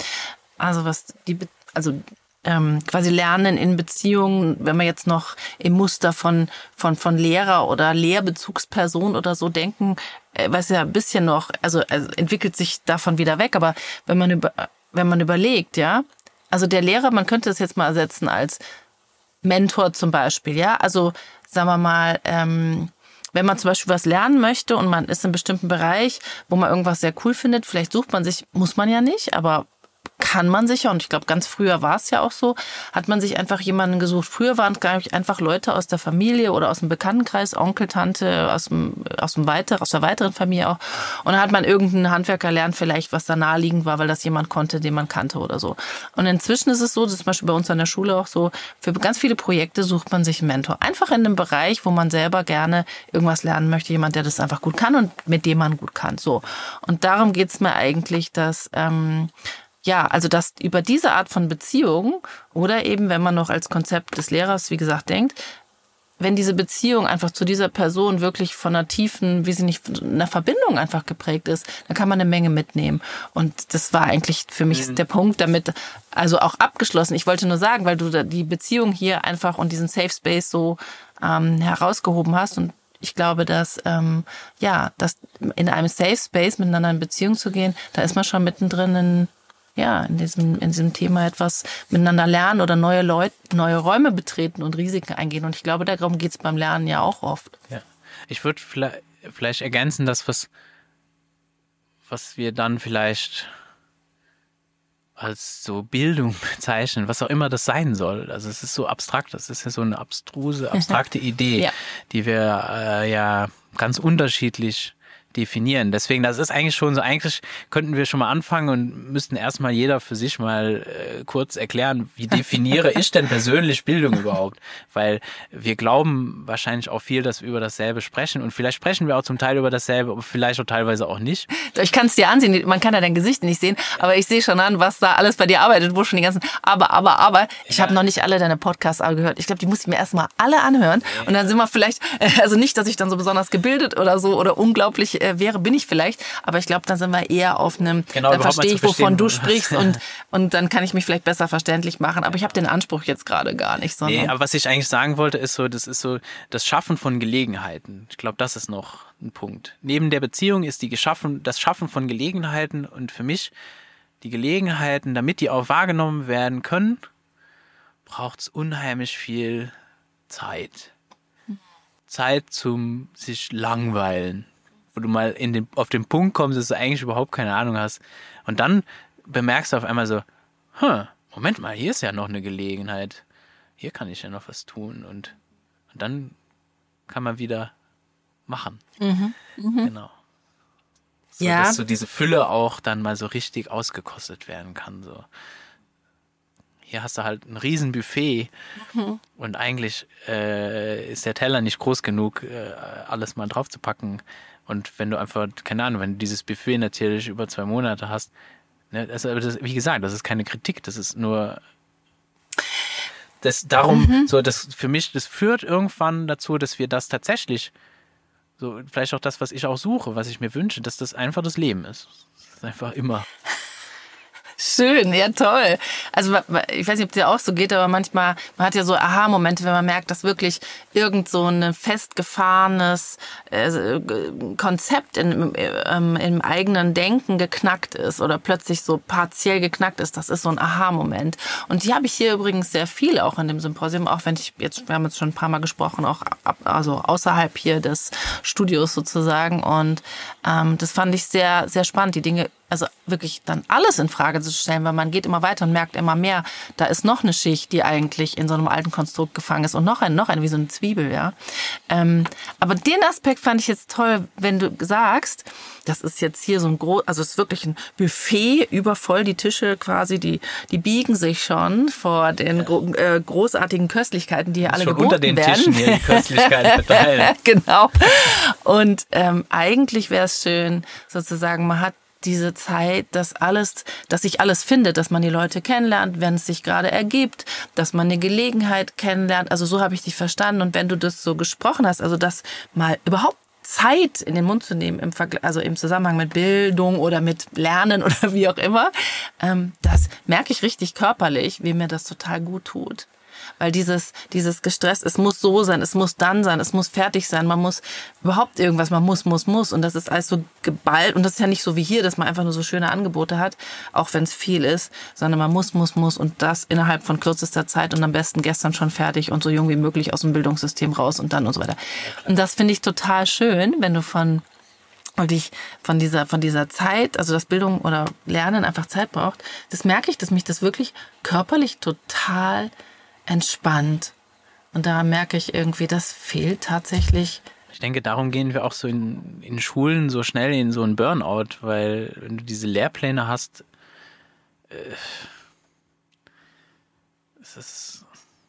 S2: quasi Lernen in Beziehungen, wenn wir jetzt noch im Muster von Lehrer oder Lehrbezugsperson oder so denken, was ja ein bisschen noch, also entwickelt sich davon wieder weg, aber wenn man überlegt, ja, also der Lehrer, man könnte es jetzt mal ersetzen als Mentor zum Beispiel, ja, also sagen wir mal, wenn man zum Beispiel was lernen möchte und man ist in einem bestimmten Bereich, wo man irgendwas sehr cool findet, vielleicht sucht man sich, muss man ja nicht, aber kann man sich ja, und ich glaube, ganz früher war es ja auch so, hat man sich einfach jemanden gesucht. Früher waren es, glaube ich, einfach Leute aus der Familie oder aus dem Bekanntenkreis, Onkel, Tante, aus der weiteren Familie auch. Und dann hat man irgendeinen Handwerker gelernt, vielleicht, was da naheliegend war, weil das jemand konnte, den man kannte oder so. Und inzwischen ist es so, das ist zum Beispiel bei uns an der Schule auch so, für ganz viele Projekte sucht man sich einen Mentor. Einfach in einem Bereich, wo man selber gerne irgendwas lernen möchte, jemand, der das einfach gut kann und mit dem man gut kann. So. Und darum geht es mir eigentlich, dass also dass über diese Art von Beziehung oder eben, wenn man noch als Konzept des Lehrers, wie gesagt, denkt, wenn diese Beziehung einfach zu dieser Person wirklich von einer tiefen, einer Verbindung einfach geprägt ist, dann kann man eine Menge mitnehmen. Und das war eigentlich für mich der Punkt damit, also auch abgeschlossen. Ich wollte nur sagen, weil du die Beziehung hier einfach und diesen Safe Space so herausgehoben hast und ich glaube, dass dass in einem Safe Space miteinander in Beziehung zu gehen, da ist man schon mittendrin in diesem Thema etwas miteinander lernen oder neue Räume betreten und Risiken eingehen. Und ich glaube, darum geht es beim Lernen ja auch oft.
S3: Ja. Ich würde vielleicht ergänzen, dass was wir dann vielleicht als so Bildung bezeichnen, was auch immer das sein soll. Also es ist so abstrakt, das ist ja so eine abstrakte Idee, die wir ganz unterschiedlich definieren. Deswegen, das ist eigentlich schon so, eigentlich könnten wir schon mal anfangen und müssten erstmal jeder für sich mal kurz erklären, wie definiere ich denn persönlich Bildung überhaupt? Weil wir glauben wahrscheinlich auch viel, dass wir über dasselbe sprechen und vielleicht sprechen wir auch zum Teil über dasselbe, aber vielleicht auch teilweise auch nicht.
S2: Ich kann es dir ansehen, man kann ja dein Gesicht nicht sehen, aber ich sehe schon an, was da alles bei dir arbeitet, wo schon die ganzen aber. Ich habe noch nicht alle deine Podcasts gehört. Ich glaube, die muss ich mir erstmal alle anhören und dann sind wir vielleicht, also nicht, dass ich dann so besonders gebildet oder so oder unglaublich wäre, bin ich vielleicht, aber ich glaube, dann sind wir eher auf einem,
S3: Genau,
S2: dann
S3: überhaupt mal
S2: verstehe
S3: zu
S2: ich, wovon
S3: verstehen,
S2: du
S3: was-
S2: sprichst und dann kann ich mich vielleicht besser verständlich machen, aber ich habe den Anspruch jetzt gerade gar nicht, sondern
S3: Nee, aber was ich eigentlich sagen wollte, ist so, das ist so das Schaffen von Gelegenheiten. Ich glaube, das ist noch ein Punkt. Neben der Beziehung ist das Schaffen von Gelegenheiten und für mich die Gelegenheiten, damit die auch wahrgenommen werden können, braucht es unheimlich viel Zeit. Zeit zum sich langweilen. Wo du mal auf den Punkt kommst, dass du eigentlich überhaupt keine Ahnung hast. Und dann bemerkst du auf einmal so, Moment mal, hier ist ja noch eine Gelegenheit. Hier kann ich ja noch was tun. Und dann kann man wieder machen. Genau. So,
S2: Ja.
S3: dass so diese Fülle auch dann mal so richtig ausgekostet werden kann. So. Hier hast du halt ein riesen Buffet und eigentlich ist der Teller nicht groß genug, alles mal drauf zu packen. Und wenn du einfach, keine Ahnung, wenn du dieses Buffet natürlich über 2 Monate hast, ne, wie gesagt, das ist keine Kritik, das ist nur das für mich, das führt irgendwann dazu, dass wir das tatsächlich, so vielleicht auch das, was ich auch suche, was ich mir wünsche, dass das einfach das Leben ist. Das ist einfach immer.
S2: Schön, ja toll. Also ich weiß nicht, ob es dir auch so geht, aber manchmal, man hat ja so Aha-Momente, wenn man merkt, dass wirklich irgend so ein festgefahrenes Konzept im eigenen Denken geknackt ist oder plötzlich so partiell geknackt ist. Das ist so ein Aha-Moment. Und die habe ich hier übrigens sehr viel auch in dem Symposium, auch wenn wir haben jetzt schon ein paar Mal gesprochen, auch also außerhalb hier des Studios sozusagen. Und das fand ich sehr, sehr spannend, die Dinge, also wirklich dann alles in Frage zu stellen, weil man geht immer weiter und merkt immer mehr, da ist noch eine Schicht, die eigentlich in so einem alten Konstrukt gefangen ist und noch eine, wie so eine Zwiebel, ja. Aber den Aspekt fand ich jetzt toll, wenn du sagst, das ist jetzt hier so ein also es ist wirklich ein Buffet, übervoll die Tische quasi, die biegen sich schon vor den großartigen Köstlichkeiten, die hier alle
S3: Schon
S2: geboten
S3: unter den
S2: werden.
S3: Tischen hier die Köstlichkeiten verteilen.
S2: Genau. Und eigentlich wäre es schön, sozusagen, man hat diese Zeit, dass sich alles findet, dass man die Leute kennenlernt, wenn es sich gerade ergibt, dass man eine Gelegenheit kennenlernt. Also so habe ich dich verstanden. Und wenn du das so gesprochen hast, also das mal überhaupt Zeit in den Mund zu nehmen, also im Zusammenhang mit Bildung oder mit Lernen oder wie auch immer, das merke ich richtig körperlich, wie mir das total gut tut. Weil dieses gestresst, es muss so sein, es muss dann sein, es muss fertig sein, man muss überhaupt irgendwas, man muss. Und das ist alles so geballt. Und das ist ja nicht so wie hier, dass man einfach nur so schöne Angebote hat, auch wenn es viel ist, sondern man muss. Und das innerhalb von kürzester Zeit und am besten gestern schon fertig und so jung wie möglich aus dem Bildungssystem raus und dann und so weiter. Und das finde ich total schön, wenn du von dieser Zeit, also dass Bildung oder Lernen einfach Zeit braucht, das merke ich, dass mich das wirklich körperlich total entspannt. Und da merke ich irgendwie, das fehlt tatsächlich.
S3: Ich denke, darum gehen wir auch so in Schulen so schnell in so einen Burnout, weil wenn du diese Lehrpläne hast, es ist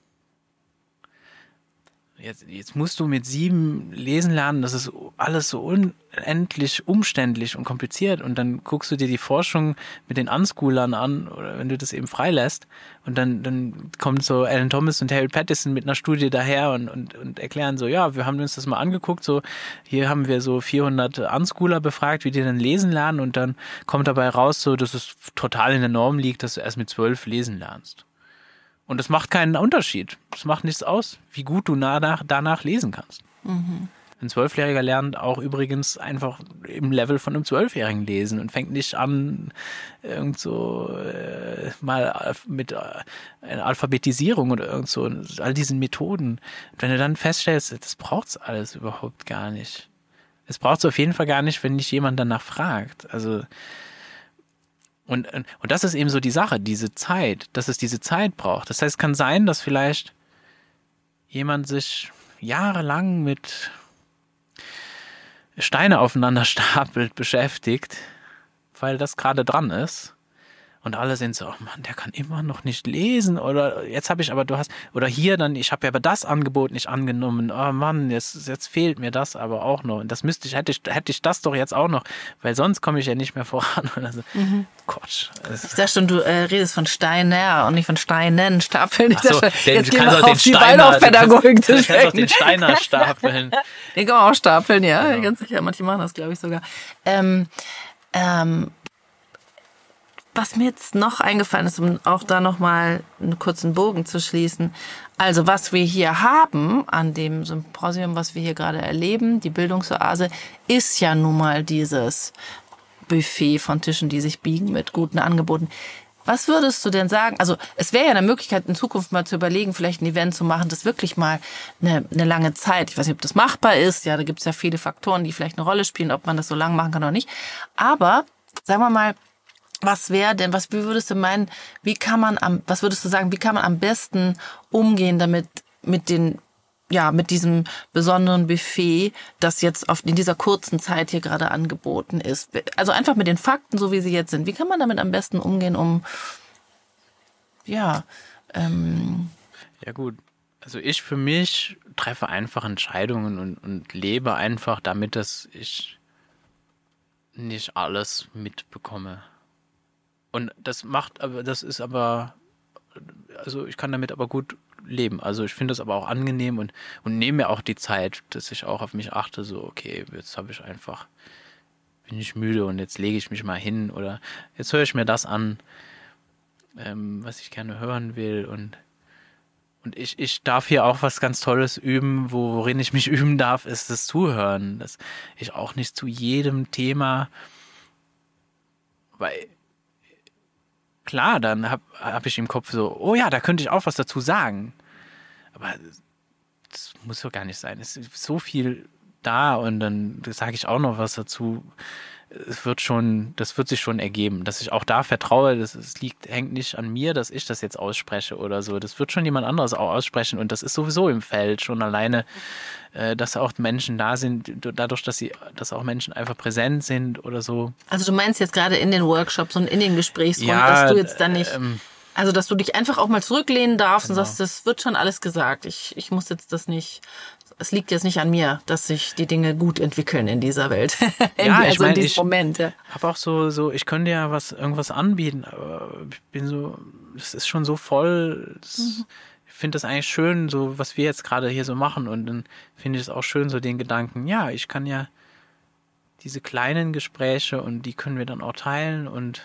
S3: jetzt musst du mit 7 lesen lernen, das ist alles so unendlich umständlich und kompliziert und dann guckst du dir die Forschung mit den Unschoolern an oder wenn du das eben freilässt und dann kommt so Alan Thomas und Harry Pattison mit einer Studie daher und erklären so, ja, wir haben uns das mal angeguckt, so hier haben wir so 400 Unschooler befragt, wie die dann lesen lernen und dann kommt dabei raus, so dass es total in der Norm liegt, dass du erst mit 12 lesen lernst. Und das macht keinen Unterschied. Das macht nichts aus, wie gut du danach lesen kannst. Mhm. Ein 12-Jähriger lernt auch übrigens einfach im Level von einem 12-Jährigen lesen und fängt nicht an, irgend so mal mit einer Alphabetisierung oder irgend so, all diesen Methoden. Und wenn du dann feststellst, das braucht's alles überhaupt gar nicht. Es braucht's auf jeden Fall gar nicht, wenn nicht jemand danach fragt. Also Und das ist eben so die Sache, diese Zeit, dass es diese Zeit braucht. Das heißt, es kann sein, dass vielleicht jemand sich jahrelang mit Steine aufeinander stapelt beschäftigt, weil das gerade dran ist. Und alle sind so, oh Mann, der kann immer noch nicht lesen. Oder jetzt habe ich aber, oder hier dann, ich habe ja aber das Angebot nicht angenommen. Oh Mann, jetzt fehlt mir das aber auch noch. Und das hätte ich das doch jetzt auch noch, weil sonst komme ich ja nicht mehr voran. Oder so. Quatsch.
S2: Ich sag schon, du redest von Steiner und nicht von Steinen stapeln.
S3: Ach so,
S2: jetzt
S3: du
S2: gehen
S3: kannst
S2: wir
S3: auch
S2: auf die Waldorfpädagogik zu
S3: Du kannst auch
S2: sprechen.
S3: den Steiner stapeln.
S2: Den kann man auch stapeln, ja,
S3: Genau.
S2: ganz sicher. Manche machen das, glaube ich, sogar. Was mir jetzt noch eingefallen ist, um auch da nochmal einen kurzen Bogen zu schließen. Also was wir hier haben an dem Symposium, was wir hier gerade erleben, die Bildungsoase, ist ja nun mal dieses Buffet von Tischen, die sich biegen mit guten Angeboten. Was würdest du denn sagen? Also es wäre ja eine Möglichkeit, in Zukunft mal zu überlegen, vielleicht ein Event zu machen, das wirklich mal eine lange Zeit, ich weiß nicht, ob das machbar ist, ja, da gibt es ja viele Faktoren, die vielleicht eine Rolle spielen, ob man das so lang machen kann oder nicht. Aber sagen wir mal, wie würdest du meinen, was würdest du sagen, wie kann man am besten umgehen damit, mit diesem besonderen Buffet, das jetzt in dieser kurzen Zeit hier gerade angeboten ist? Also einfach mit den Fakten, so wie sie jetzt sind. Wie kann man damit am besten umgehen,
S3: Ja gut, also ich für mich treffe einfach Entscheidungen und lebe einfach damit, dass ich nicht alles mitbekomme. Und also ich kann damit aber gut leben. Also ich finde das aber auch angenehm und nehme mir auch die Zeit, dass ich auch auf mich achte, so okay, jetzt bin ich müde und jetzt lege ich mich mal hin oder jetzt höre ich mir das an, was ich gerne hören will und ich darf hier auch was ganz Tolles üben, worin ich mich üben darf, ist das Zuhören, dass ich auch nicht zu jedem Thema, weil klar, dann hab ich im Kopf so, oh ja, da könnte ich auch was dazu sagen. Aber das muss so gar nicht sein. Es ist so viel da und dann sage ich auch noch was dazu. Das wird sich schon ergeben, dass ich auch da vertraue, hängt nicht an mir, dass ich das jetzt ausspreche oder so. Das wird schon jemand anderes auch aussprechen und das ist sowieso im Feld schon alleine, dass auch Menschen da sind, dadurch, dass auch Menschen einfach präsent sind oder so.
S2: Also du meinst jetzt gerade in den Workshops und in den Gesprächsrunden,
S3: Ja,
S2: dass du jetzt dann nicht, also dass du dich einfach auch mal zurücklehnen darfst und sagst, das wird schon alles gesagt. Ich muss jetzt das nicht, es liegt jetzt nicht an mir, dass sich die Dinge gut entwickeln in dieser Welt.
S3: Ja, ich meine,
S2: in diesem Moment. Ja.
S3: Habe auch so, ich könnte ja irgendwas anbieten, aber ich bin so, das ist schon so voll. Ich finde das eigentlich schön, so was wir jetzt gerade hier so machen und dann finde ich es auch schön, so den Gedanken, ja, ich kann ja diese kleinen Gespräche und die können wir dann auch teilen und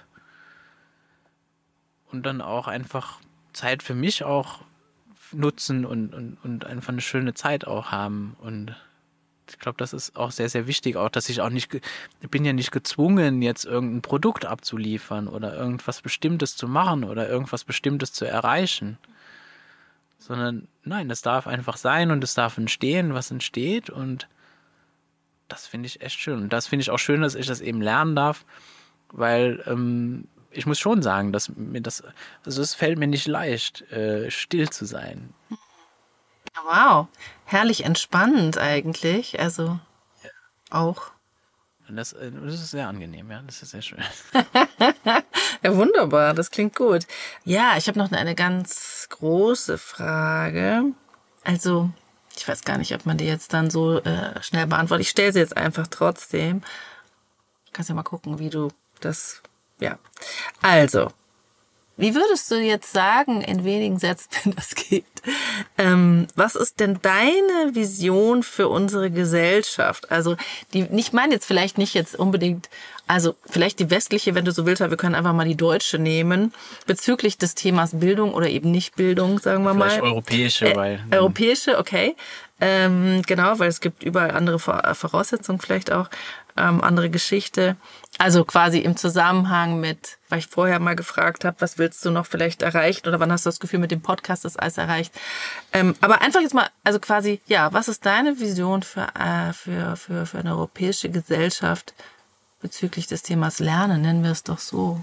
S3: dann auch einfach Zeit für mich auch nutzen und einfach eine schöne Zeit auch haben. Und ich glaube, das ist auch sehr, sehr wichtig, auch, dass ich bin ja nicht gezwungen, jetzt irgendein Produkt abzuliefern oder irgendwas Bestimmtes zu machen oder irgendwas Bestimmtes zu erreichen. Sondern nein, das darf einfach sein und es darf entstehen, was entsteht und das finde ich echt schön. Und das finde ich auch schön, dass ich das eben lernen darf, weil ich muss schon sagen, dass es fällt mir nicht leicht, still zu sein.
S2: Wow, herrlich entspannend eigentlich, also auch.
S3: Und das ist sehr angenehm, ja, das ist sehr schön.
S2: Ja, wunderbar, das klingt gut. Ja, ich habe noch eine ganz große Frage. Also, ich weiß gar nicht, ob man die jetzt dann so schnell beantwortet. Ich stelle sie jetzt einfach trotzdem. Kannst ja mal gucken, wie du das, ja. Also, wie würdest du jetzt sagen, in wenigen Sätzen, wenn das geht, was ist denn deine Vision für unsere Gesellschaft? Also, ich meine jetzt vielleicht nicht jetzt unbedingt, also vielleicht die westliche, wenn du so willst, aber wir können einfach mal die deutsche nehmen, bezüglich des Themas Bildung oder eben nicht Bildung, sagen wir mal.
S3: Vielleicht europäische, weil...
S2: Europäische, okay. Genau, weil es gibt überall andere Voraussetzungen vielleicht auch, andere Geschichte. Also quasi im Zusammenhang mit, weil ich vorher mal gefragt habe, was willst du noch vielleicht erreichen oder wann hast du das Gefühl, mit dem Podcast ist alles erreicht. Aber einfach jetzt mal, also quasi, ja, was ist deine Vision für eine europäische Gesellschaft bezüglich des Themas Lernen, nennen wir es doch so?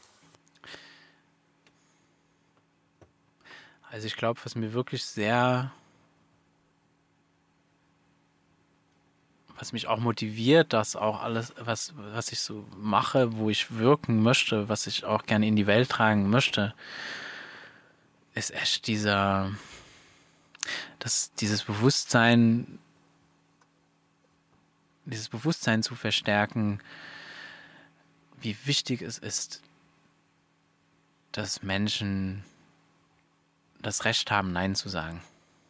S3: Also ich glaube, was was mich auch motiviert, dass auch alles, was ich so mache, wo ich wirken möchte, was ich auch gerne in die Welt tragen möchte, ist echt dieses Bewusstsein zu verstärken, wie wichtig es ist, dass Menschen das Recht haben, Nein zu sagen.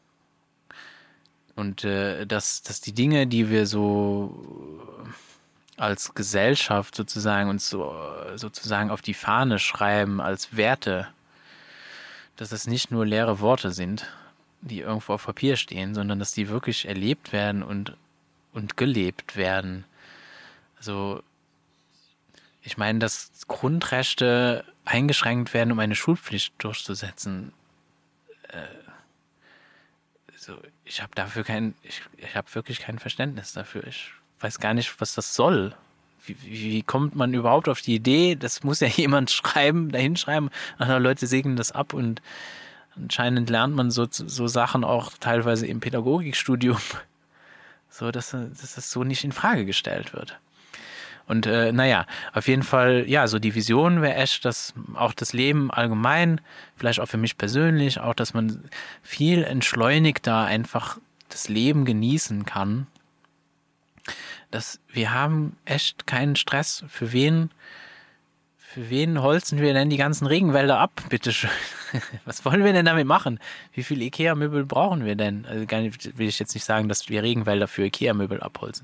S3: Und dass die Dinge, die wir so als Gesellschaft sozusagen uns sozusagen auf die Fahne schreiben als Werte, dass es nicht nur leere Worte sind, die irgendwo auf Papier stehen, sondern dass die wirklich erlebt werden und gelebt werden. Also ich meine, dass Grundrechte eingeschränkt werden, um eine Schulpflicht durchzusetzen. Ich habe wirklich kein Verständnis dafür. Ich weiß gar nicht, was das soll. Wie kommt man überhaupt auf die Idee? Das muss ja jemand dahinschreiben. Andere Leute segnen das ab und anscheinend lernt man so Sachen auch teilweise im Pädagogikstudium, so dass das so nicht in Frage gestellt wird. Und auf jeden Fall, ja, so die Vision wäre echt, dass auch das Leben allgemein, vielleicht auch für mich persönlich, auch, dass man viel entschleunigter einfach das Leben genießen kann. Dass wir haben echt keinen Stress. Für wen holzen wir denn die ganzen Regenwälder ab, bitteschön? Was wollen wir denn damit machen? Wie viele Ikea-Möbel brauchen wir denn? Also will ich jetzt nicht sagen, dass wir Regenwälder für Ikea-Möbel abholzen.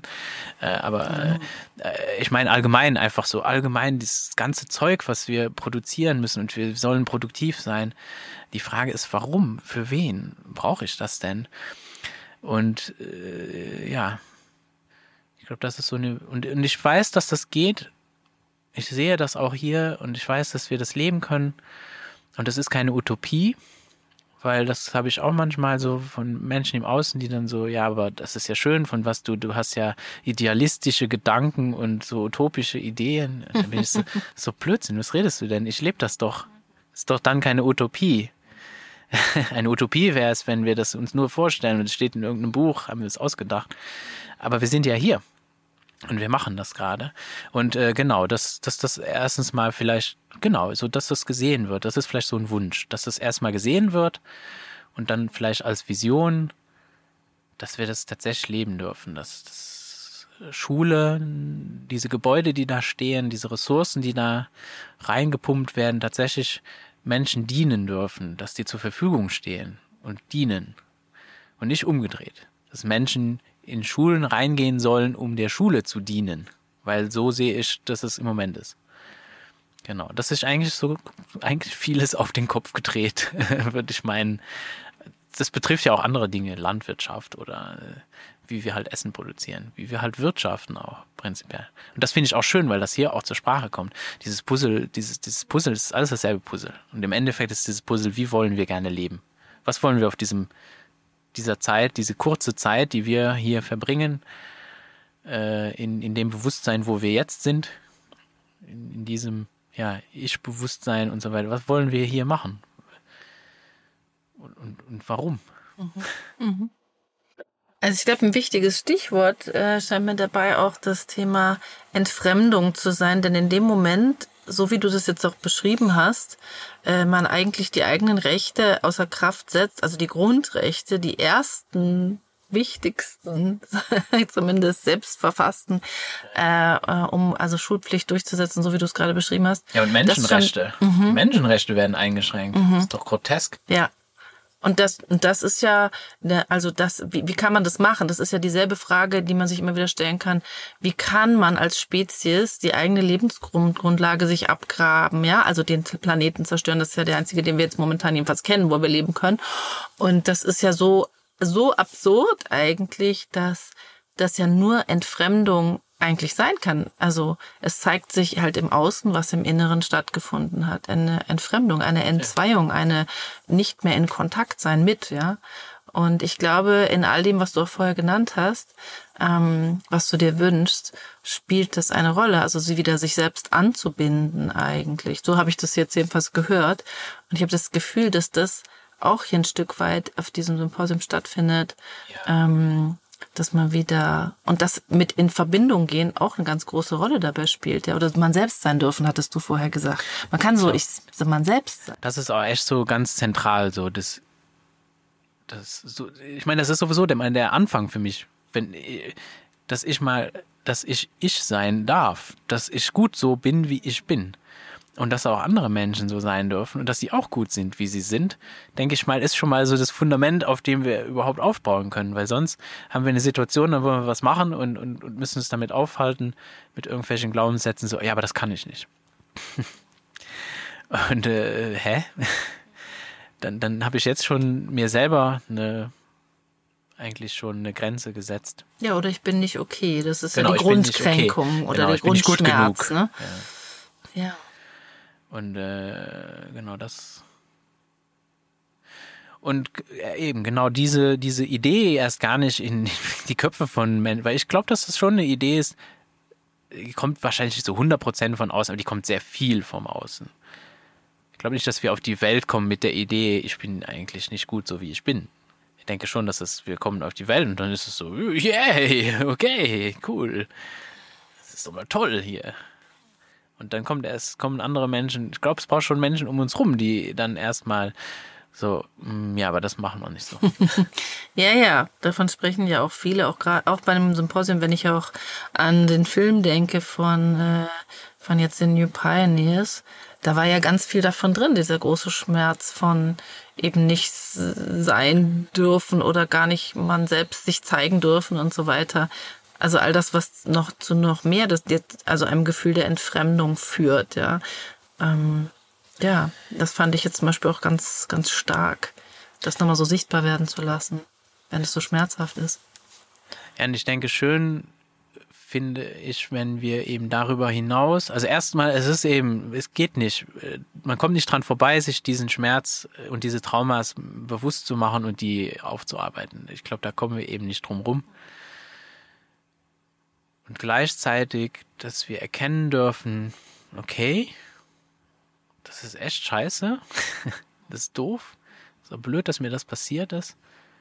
S3: Ich meine allgemein dieses ganze Zeug, was wir produzieren müssen und wir sollen produktiv sein. Die Frage ist, warum? Für wen brauche ich das denn? Und ich glaube, das ist so eine... Und ich weiß, dass das geht. Ich sehe das auch hier und ich weiß, dass wir das leben können. Und das ist keine Utopie, weil das habe ich auch manchmal so von Menschen im Außen, die dann so, ja, aber das ist ja schön, von was du hast ja idealistische Gedanken und so utopische Ideen. Da bin ich so Blödsinn, was redest du denn? Ich lebe das doch. Ist doch dann keine Utopie. Eine Utopie wäre es, wenn wir das uns nur vorstellen und es steht in irgendeinem Buch, haben wir es ausgedacht. Aber wir sind ja hier. Und wir machen das gerade. Und dass das erstens mal vielleicht, so dass das gesehen wird. Das ist vielleicht so ein Wunsch, dass das erstmal gesehen wird und dann vielleicht als Vision, dass wir das tatsächlich leben dürfen. Dass Schule, diese Gebäude, die da stehen, diese Ressourcen, die da reingepumpt werden, tatsächlich Menschen dienen dürfen, dass die zur Verfügung stehen und dienen. Und nicht umgedreht. Dass Menschen in Schulen reingehen sollen, um der Schule zu dienen. Weil so sehe ich, dass es im Moment ist. Genau. Das ist eigentlich vieles auf den Kopf gedreht, würde ich meinen. Das betrifft ja auch andere Dinge, Landwirtschaft oder wie wir halt Essen produzieren, wie wir halt wirtschaften auch prinzipiell. Und das finde ich auch schön, weil das hier auch zur Sprache kommt. Dieses Puzzle, dieses Puzzle ist alles dasselbe Puzzle. Und im Endeffekt ist dieses Puzzle, wie wollen wir gerne leben? Was wollen wir auf dieser Zeit, diese kurze Zeit, die wir hier verbringen, in dem Bewusstsein, wo wir jetzt sind, in diesem Ich-Bewusstsein und so weiter. Was wollen wir hier machen? Und warum?
S2: Mhm. Also ich glaube, ein wichtiges Stichwort scheint mir dabei auch das Thema Entfremdung zu sein, denn in dem Moment, so wie du das jetzt auch beschrieben hast, man eigentlich die eigenen Rechte außer Kraft setzt, also die Grundrechte, die ersten, wichtigsten, zumindest selbstverfassten, um also Schulpflicht durchzusetzen, so wie du es gerade beschrieben hast.
S3: Ja, und Menschenrechte. Menschenrechte werden eingeschränkt. Das ist doch grotesk.
S2: Ja. Und das ist ja, also wie kann man das machen? Das ist ja dieselbe Frage, die man sich immer wieder stellen kann. Wie kann man als Spezies die eigene Lebensgrundlage sich abgraben? Ja, also den Planeten zerstören. Das ist ja der einzige, den wir jetzt momentan jedenfalls kennen, wo wir leben können. Und das ist ja so absurd eigentlich, dass das ja nur Entfremdung eigentlich sein kann. Also es zeigt sich halt im Außen, was im Inneren stattgefunden hat. Eine Entfremdung, eine Entzweiung, eine nicht mehr in Kontakt sein mit, ja. Und ich glaube, in all dem, was du auch vorher genannt hast, was du dir wünschst, spielt das eine Rolle. Also sie wieder sich selbst anzubinden eigentlich. So habe ich das jetzt jedenfalls gehört. Und ich habe das Gefühl, dass das auch hier ein Stück weit auf diesem Symposium stattfindet. Ja. dass man wieder, und das mit in Verbindung gehen auch eine ganz große Rolle dabei spielt, ja, oder man selbst sein dürfen, hattest du vorher gesagt. Man kann so, man selbst sein.
S3: Das ist auch echt so ganz zentral, so so, ich meine, das ist sowieso der Anfang für mich, dass ich sein darf, dass ich gut so bin, wie ich bin. Und dass auch andere Menschen so sein dürfen und dass sie auch gut sind, wie sie sind, denke ich mal, ist schon mal so das Fundament, auf dem wir überhaupt aufbauen können. Weil sonst haben wir eine Situation, da wollen wir was machen und müssen uns damit aufhalten, mit irgendwelchen Glaubenssätzen so, ja, aber das kann ich nicht. Und Dann habe ich jetzt schon mir selber eigentlich schon eine Grenze gesetzt.
S2: Ja, oder ich bin nicht okay. Das ist
S3: genau,
S2: ja die Grundkränkung oder der Grundschmerz. Ne? Ja.
S3: Und genau das. Und eben genau diese Idee erst gar nicht in die Köpfe von Menschen, weil ich glaube, dass das schon eine Idee ist, die kommt wahrscheinlich nicht so 100% von außen, aber die kommt sehr viel vom Außen. Ich glaube nicht, dass wir auf die Welt kommen mit der Idee, ich bin eigentlich nicht gut, so wie ich bin. Ich denke schon, dass wir kommen auf die Welt und dann ist es so, yay, okay, cool. Das ist doch mal toll hier. Und dann kommen andere Menschen, ich glaube, es braucht schon Menschen um uns rum, die dann erstmal so, ja, aber das machen wir nicht so.
S2: Ja, davon sprechen ja auch viele, auch bei einem Symposium, wenn ich auch an den Film denke von jetzt den New Pioneers, da war ja ganz viel davon drin, dieser große Schmerz von eben nicht sein dürfen oder gar nicht man selbst sich zeigen dürfen und so weiter. Also all das, was noch mehr, also einem Gefühl der Entfremdung führt, ja. Ja, das fand ich jetzt zum Beispiel auch ganz, ganz stark, das nochmal so sichtbar werden zu lassen, wenn es so schmerzhaft ist.
S3: Ja, und ich denke, schön finde ich, wenn wir eben darüber hinaus, also erstmal, es geht nicht, man kommt nicht dran vorbei, sich diesen Schmerz und diese Traumas bewusst zu machen und die aufzuarbeiten. Ich glaube, da kommen wir eben nicht drum rum. Und gleichzeitig, dass wir erkennen dürfen, okay, das ist echt scheiße, das ist doof, so blöd, dass mir das passiert ist.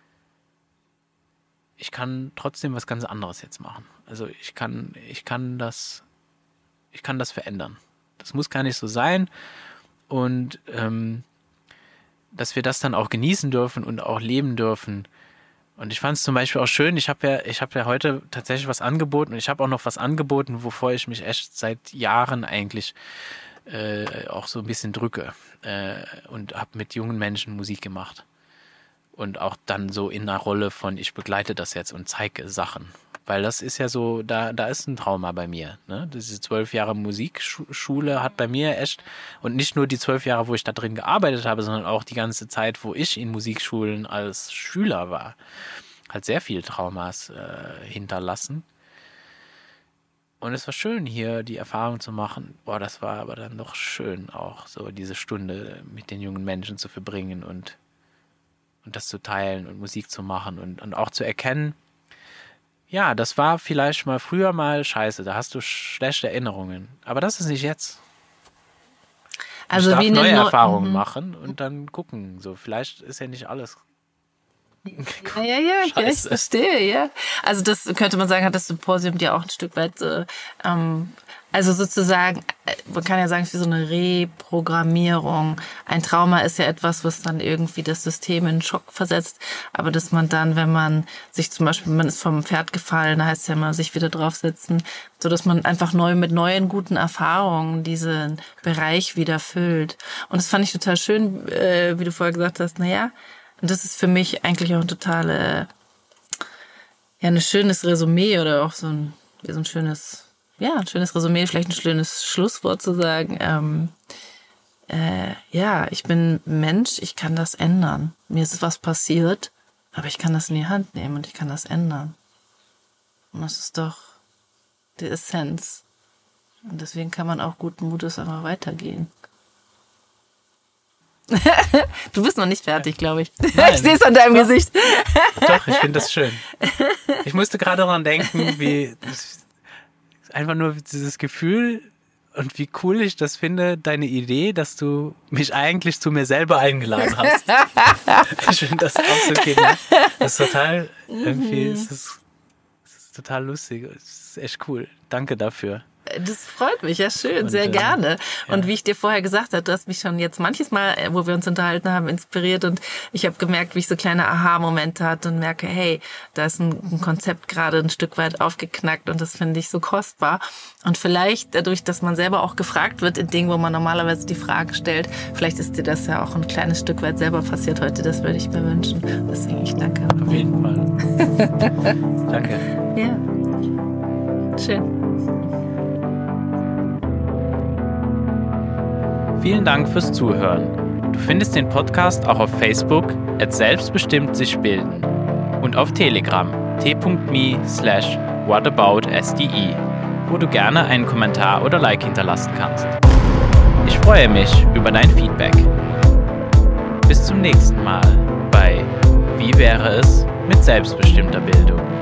S3: Ich kann trotzdem was ganz anderes jetzt machen. Also ich kann das verändern. Das muss gar nicht so sein. Und dass wir das dann auch genießen dürfen und auch leben dürfen. Und ich fand es zum Beispiel auch schön, ich habe ja heute tatsächlich was angeboten und ich habe auch noch was angeboten, wovor ich mich echt seit Jahren eigentlich auch so ein bisschen drücke und habe mit jungen Menschen Musik gemacht. Und auch dann so in einer Rolle von, ich begleite das jetzt und zeige Sachen. Weil das ist ja so, da ist ein Trauma bei mir. Ne? Diese 12 Jahre Musikschule hat bei mir echt, und nicht nur die 12 Jahre, wo ich da drin gearbeitet habe, sondern auch die ganze Zeit, wo ich in Musikschulen als Schüler war, hat sehr viel Traumas hinterlassen. Und es war schön, hier die Erfahrung zu machen. Boah, das war aber dann doch schön, auch so diese Stunde mit den jungen Menschen zu verbringen und das zu teilen und Musik zu machen und auch zu erkennen, ja, das war vielleicht mal früher mal scheiße, da hast du schlechte Erinnerungen. Aber das ist nicht jetzt.
S2: Also
S3: ich darf
S2: wie
S3: neue Erfahrungen machen und dann gucken. So, vielleicht ist ja nicht alles.
S2: Ja, ich verstehe, ja. Also das könnte man sagen, hat das Symposium dir auch ein Stück weit also sozusagen, man kann ja sagen, es ist wie so eine Reprogrammierung. Ein Trauma ist ja etwas, was dann irgendwie das System in Schock versetzt. Aber dass man dann, wenn man sich zum Beispiel, man ist vom Pferd gefallen, da heißt es ja immer, sich wieder draufsetzen, so dass man einfach mit neuen guten Erfahrungen diesen Bereich wieder füllt. Und das fand ich total schön, wie du vorher gesagt hast, und das ist für mich eigentlich auch ein ein schönes Resümee oder auch so ein schönes Resümee, vielleicht ein schönes Schlusswort zu sagen. Ich bin Mensch, ich kann das ändern. Mir ist was passiert, aber ich kann das in die Hand nehmen und ich kann das ändern. Und das ist doch die Essenz. Und deswegen kann man auch guten Mutes einfach weitergehen. Du bist noch nicht fertig, glaube ich.
S3: Nein.
S2: Ich sehe es an deinem Gesicht.
S3: Doch, ich finde das schön. Ich musste gerade daran denken, wie einfach nur dieses Gefühl und wie cool ich das finde, deine Idee, dass du mich eigentlich zu mir selber eingeladen hast. Ich finde das auch so genial. Das ist total, irgendwie ist es total lustig. Das ist echt cool. Danke dafür.
S2: Das freut mich, ja schön,
S3: Und,
S2: sehr gerne.
S3: ja.
S2: Und wie ich dir vorher gesagt habe, du hast mich schon jetzt manches Mal, wo wir uns unterhalten haben, inspiriert und ich habe gemerkt, wie ich so kleine Aha-Momente hatte und merke, hey, da ist ein Konzept gerade ein Stück weit aufgeknackt und das finde ich so kostbar. Und vielleicht dadurch, dass man selber auch gefragt wird in Dingen, wo man normalerweise die Frage stellt, vielleicht ist dir das ja auch ein kleines Stück weit selber passiert heute, das würde ich mir wünschen. Deswegen ich danke.
S3: Auf jeden Fall. Danke.
S2: Ja, schön.
S3: Vielen Dank fürs Zuhören. Du findest den Podcast auch auf Facebook @selbstbestimmt-sich-bilden und auf Telegram t.me/whataboutsde, wo du gerne einen Kommentar oder Like hinterlassen kannst. Ich freue mich über dein Feedback. Bis zum nächsten Mal bei Wie wäre es mit selbstbestimmter Bildung?